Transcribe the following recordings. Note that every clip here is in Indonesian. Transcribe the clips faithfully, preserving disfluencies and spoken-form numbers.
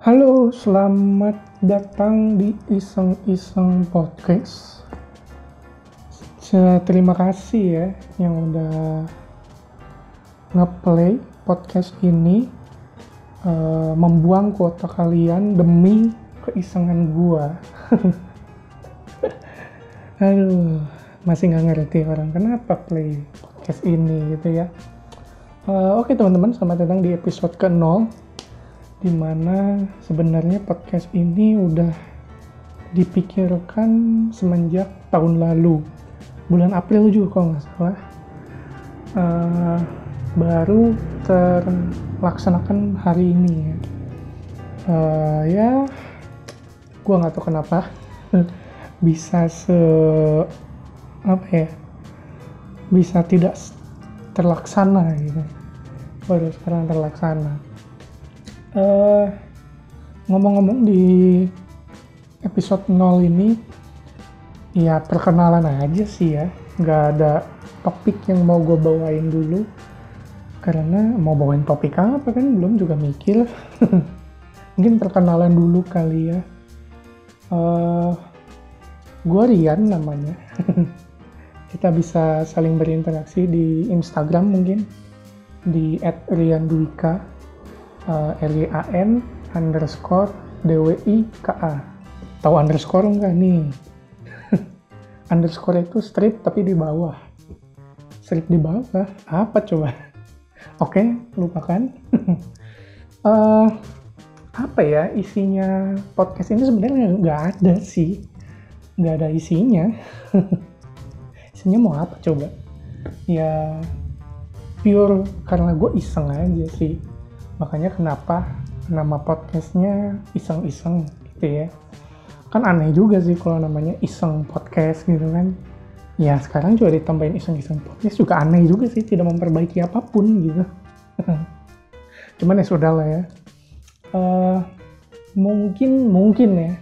Halo, selamat datang di Iseng-Iseng Podcast. Terima kasih ya yang udah ngeplay podcast ini, uh, membuang kuota kalian demi keisengan gua. Aduh, masih nggak ngerti orang kenapa play podcast ini gitu ya. Uh, Oke teman-teman, selamat datang di episode ke nol. Dimana sebenarnya podcast ini udah dipikirkan semenjak tahun lalu, bulan April juga kalau nggak salah, uh, baru terlaksanakan hari ini ya. Uh, ya, gue nggak tahu kenapa bisa se apa ya, bisa tidak terlaksana gitu, baru sekarang terlaksana. Uh, ngomong-ngomong di episode nol ini ya perkenalan aja sih ya, nggak ada topik yang mau gue bawain dulu karena mau bawain topik apa kan belum juga mikir. Mungkin perkenalan dulu kali ya. uh, gue Rian namanya. Kita bisa saling berinteraksi di Instagram mungkin di et rian dwika. Uh, L Y A N underscore D W I K A. Tahu underscore enggak nih? Underscore itu strip tapi di bawah. Strip di bawah apa coba? Oke, okay, lupakan. uh, apa ya isinya podcast ini sebenarnya nggak ada sih, nggak ada isinya. Isinya mau apa coba? Ya pure karena gue iseng aja sih. Makanya kenapa nama podcastnya iseng-iseng gitu ya. Kan aneh juga sih kalau namanya iseng podcast gitu kan. Ya sekarang juga ditambahin iseng-iseng podcast juga aneh juga sih, tidak memperbaiki apapun gitu. Cuman ya sudah lah ya. Uh, mungkin, mungkin ya.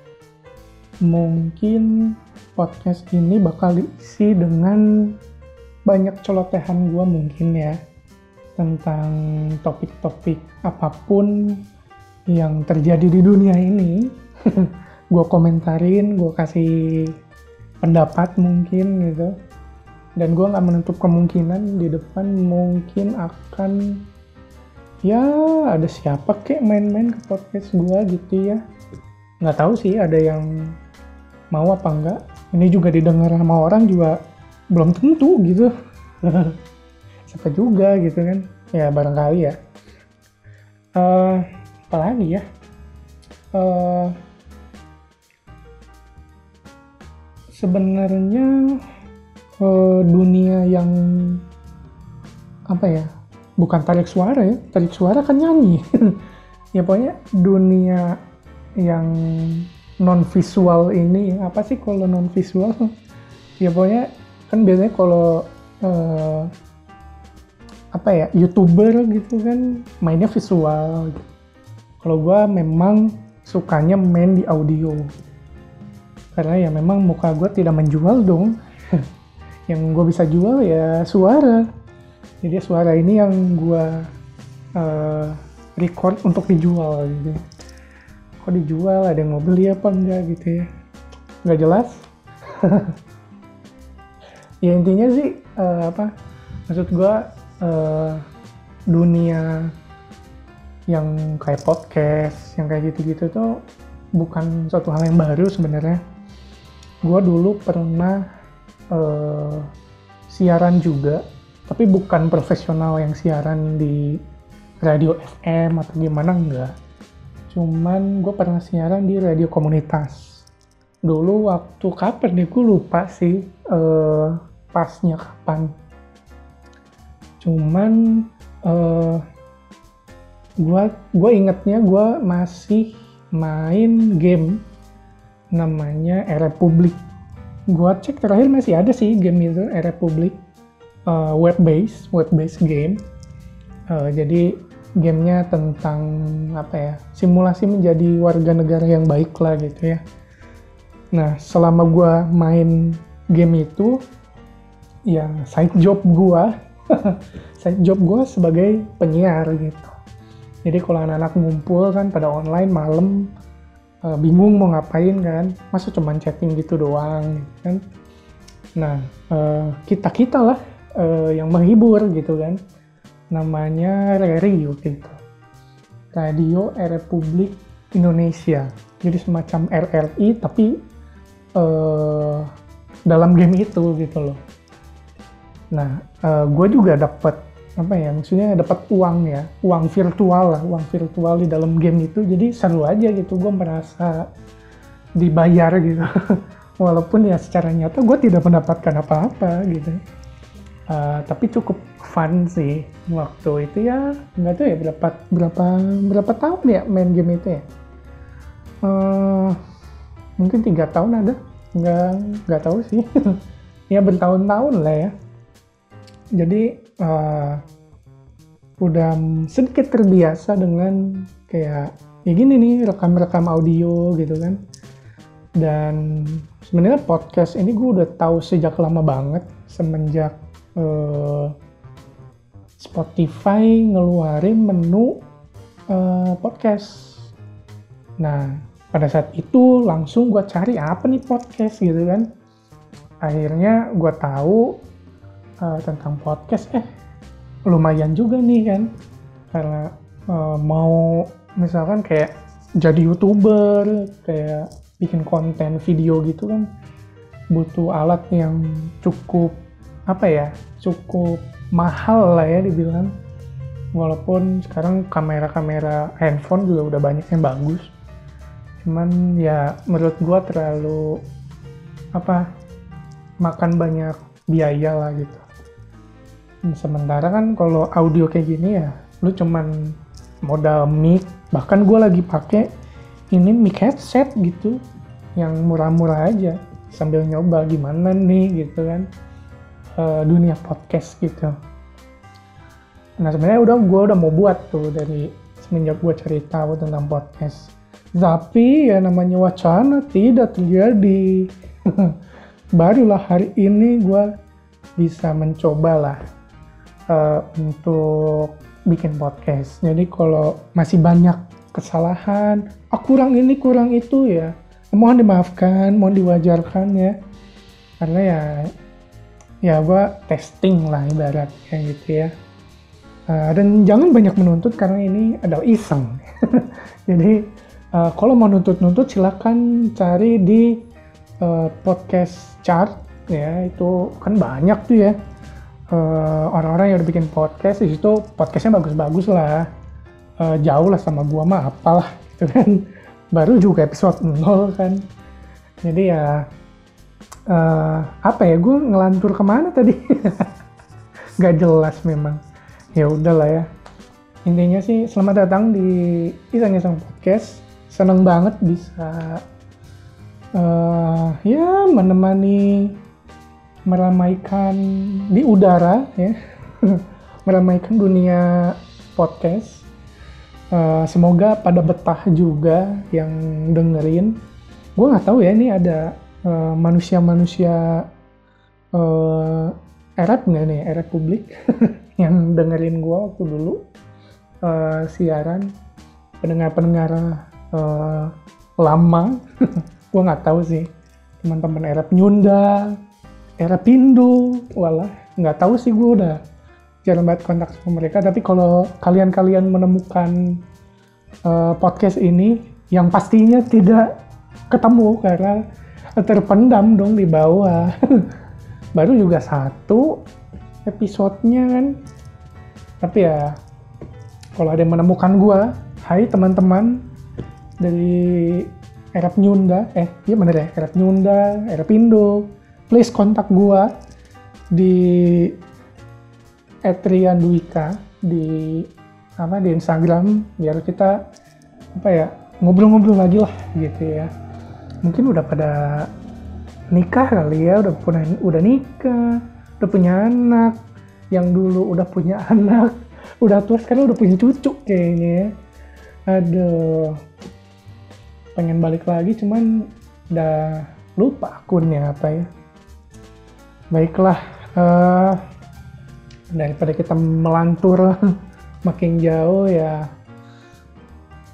Mungkin podcast ini bakal diisi dengan banyak celotehan gue mungkin ya. Tentang topik-topik apapun yang terjadi di dunia ini. Gue komentarin, gue kasih pendapat mungkin gitu. Dan gue gak menutup kemungkinan di depan mungkin akan ya ada siapa kek main-main ke podcast gue gitu ya. Gak tahu sih ada yang mau apa enggak. Ini juga didengar sama orang juga belum tentu gitu. Siapa juga gitu kan, ya barangkali ya. Uh, apalagi ya, uh, sebenarnya uh, dunia yang apa ya, bukan tarik suara ya, tarik suara kan nyanyi. Ya pokoknya dunia yang non visual ini, apa sih kalau non visual? Ya pokoknya kan biasanya kalau uh, apa ya, YouTuber gitu kan mainnya visual. Kalau gue memang sukanya main di audio karena ya memang muka gue tidak menjual dong. Yang gue bisa jual ya suara. Jadi suara ini yang gue uh, record untuk dijual gitu. Kok dijual, ada yang mau beli apa enggak gitu ya, nggak jelas. Ya intinya sih uh, apa maksud gue, Uh, dunia yang kayak podcast, yang kayak gitu-gitu tuh bukan suatu hal yang baru sebenarnya. Gue dulu pernah uh, siaran juga, tapi bukan profesional yang siaran di radio F M atau gimana, enggak. Cuman gue pernah siaran di radio komunitas. Dulu waktu kapan deh, gue lupa sih uh, pasnya kapan. Cuman uh, gue gue ingetnya gue masih main game namanya E-Republic. Gue cek terakhir masih ada sih game itu, E-Republic, uh, web based web based game. Uh, jadi gamenya tentang apa ya, simulasi menjadi warga negara yang baik lah gitu ya. Nah selama gue main game itu ya side job gue side job gue sebagai penyiar gitu. Jadi kalau anak-anak ngumpul kan pada online malam, uh, bingung mau ngapain kan, masa cuman chatting gitu doang gitu kan. Nah, uh, kita-kita lah uh, yang menghibur gitu kan. Namanya Radio gitu. Radio Republik Indonesia. Jadi semacam R R I tapi uh, dalam game itu gitu loh. Nah, uh, gue juga dapat apa ya, maksudnya dapat uang ya, uang virtual lah, uang virtual di dalam game itu. Jadi seru aja gitu, gue merasa dibayar gitu. Walaupun ya secara nyata gue tidak mendapatkan apa-apa gitu. Uh, tapi cukup fun sih waktu itu ya, nggak tahu ya berapa berapa berapa tahun ya main game itu ya. Uh, mungkin tiga tahun ada, nggak nggak tahu sih. Ya bertahun-tahun lah ya. Jadi uh, udah sedikit terbiasa dengan kayak ya gini nih, rekam-rekam audio gitu kan. Dan sebenarnya podcast ini gue udah tahu sejak lama banget, semenjak uh, Spotify ngeluarin menu uh, podcast. Nah, pada saat itu langsung gue cari apa nih podcast gitu kan. Akhirnya gue tahu uh, tentang podcast, eh lumayan juga nih kan. Karena uh, mau misalkan kayak jadi YouTuber, kayak bikin konten video gitu kan, butuh alat yang cukup apa ya, cukup mahal lah ya dibilang. Walaupun sekarang kamera-kamera handphone juga udah banyak yang bagus, cuman ya menurut gua terlalu apa, makan banyak biaya lah gitu. Sementara kan kalau audio kayak gini ya lu cuman modal mic, bahkan gua lagi pakai ini mic headset gitu yang murah-murah aja sambil nyoba gimana nih gitu kan. Uh, dunia podcast gitu. Nah sebenarnya udah gue udah mau buat tuh dari semenjak gue cari tahu tentang podcast. Tapi ya namanya wacana tidak terjadi. Barulah hari ini gue bisa mencoba lah uh, untuk bikin podcast. Jadi kalau masih banyak kesalahan, ah kurang ini kurang itu ya, mohon dimaafkan, mohon diwajarkan ya. Karena ya ya gue testing lah ibaratnya gitu ya. Uh, dan jangan banyak menuntut karena ini adalah iseng. Jadi uh, kalau mau nuntut-nuntut silakan cari di uh, podcast chart ya, itu kan banyak tuh ya uh, orang-orang yang udah bikin podcast. Di situ podcastnya bagus-bagus lah, uh, jauh lah sama gua mah apalah gitu kan. Baru juga episode nol kan. Jadi ya Uh, apa ya, gue ngelantur kemana tadi? Gak jelas memang. Ya udahlah ya. Intinya sih selamat datang di Iseng-Iseng Podcast. Seneng banget bisa uh, ya menemani, meramaikan di udara ya, meramaikan dunia podcast. Uh, semoga pada betah juga yang dengerin. Gue nggak tahu ya ini ada Uh, manusia-manusia uh, Arab nggak nih, Arab publik yang dengerin gue waktu dulu uh, siaran, pendengar-pendengar uh, lama. Gue nggak tahu sih, teman-teman Arab Nyunda, Arab Indo, walah nggak tahu sih, gue udah jarang banget kontak sama mereka. Tapi kalau kalian-kalian menemukan uh, podcast ini, yang pastinya tidak ketemu karena terpendam dong di bawah. Baru juga satu episodenya kan. Tapi ya kalau ada yang menemukan gua, hai teman-teman dari Arab Nyunda, eh iya bener ya, Arab Nyunda, Arab Indo, please kontak gua di et rian dwika di apa di Instagram, biar kita apa ya, ngobrol-ngobrol lagi lah gitu ya. Mungkin udah pada nikah kali ya, udah punya udah nikah, udah punya anak, yang dulu udah punya anak, udah tua sekarang udah punya cucu kayaknya ya. Aduh, pengen balik lagi cuman udah lupa akunnya apa ya. Baiklah, uh, daripada kita melantur makin jauh ya,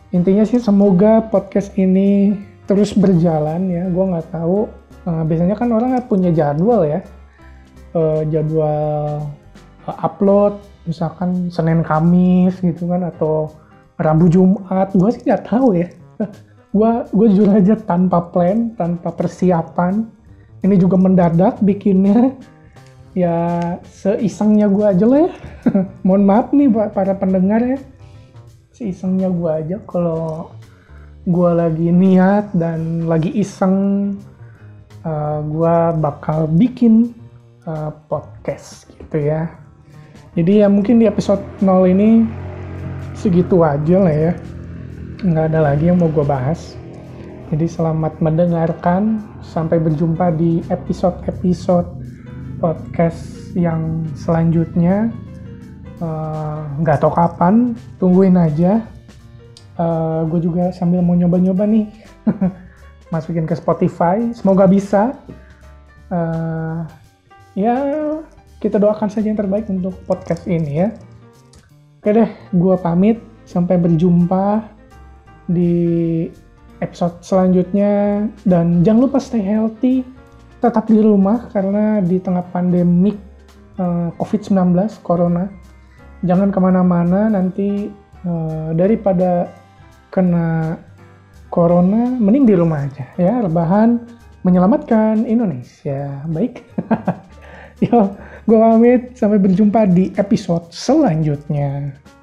Intinya sih semoga podcast ini terus berjalan ya. Gue nggak tahu. Uh, biasanya kan orang punya jadwal ya. Uh, jadwal uh, upload misalkan Senin Kamis gitu kan, atau Rabu Jumat. Gue sih nggak tahu ya. gue gue jujur aja tanpa plan, tanpa persiapan. Ini juga mendadak bikinnya. Ya seisengnya gue aja lah ya. Mohon maaf nih para pendengar ya. Seisengnya gue aja. Kalau gue lagi niat dan lagi iseng, uh, gue bakal bikin uh, podcast gitu ya. Jadi ya mungkin di episode nol ini segitu aja lah ya. Nggak ada lagi yang mau gue bahas. Jadi selamat mendengarkan. Sampai berjumpa di episode-episode podcast yang selanjutnya. Nggak uh, tahu kapan, tungguin aja. Uh, gue juga sambil mau nyoba-nyoba nih masukin ke Spotify, semoga bisa. Uh, ya kita doakan saja yang terbaik untuk podcast ini ya. Oke deh, gue pamit, sampai berjumpa di episode selanjutnya, dan jangan lupa stay healthy, tetap di rumah karena di tengah pandemik uh, covid sembilan belas, corona. Jangan kemana-mana, nanti uh, daripada kena corona, mending di rumah aja ya, rebahan, menyelamatkan Indonesia. Baik, yo, gue pamit, sampai berjumpa di episode selanjutnya.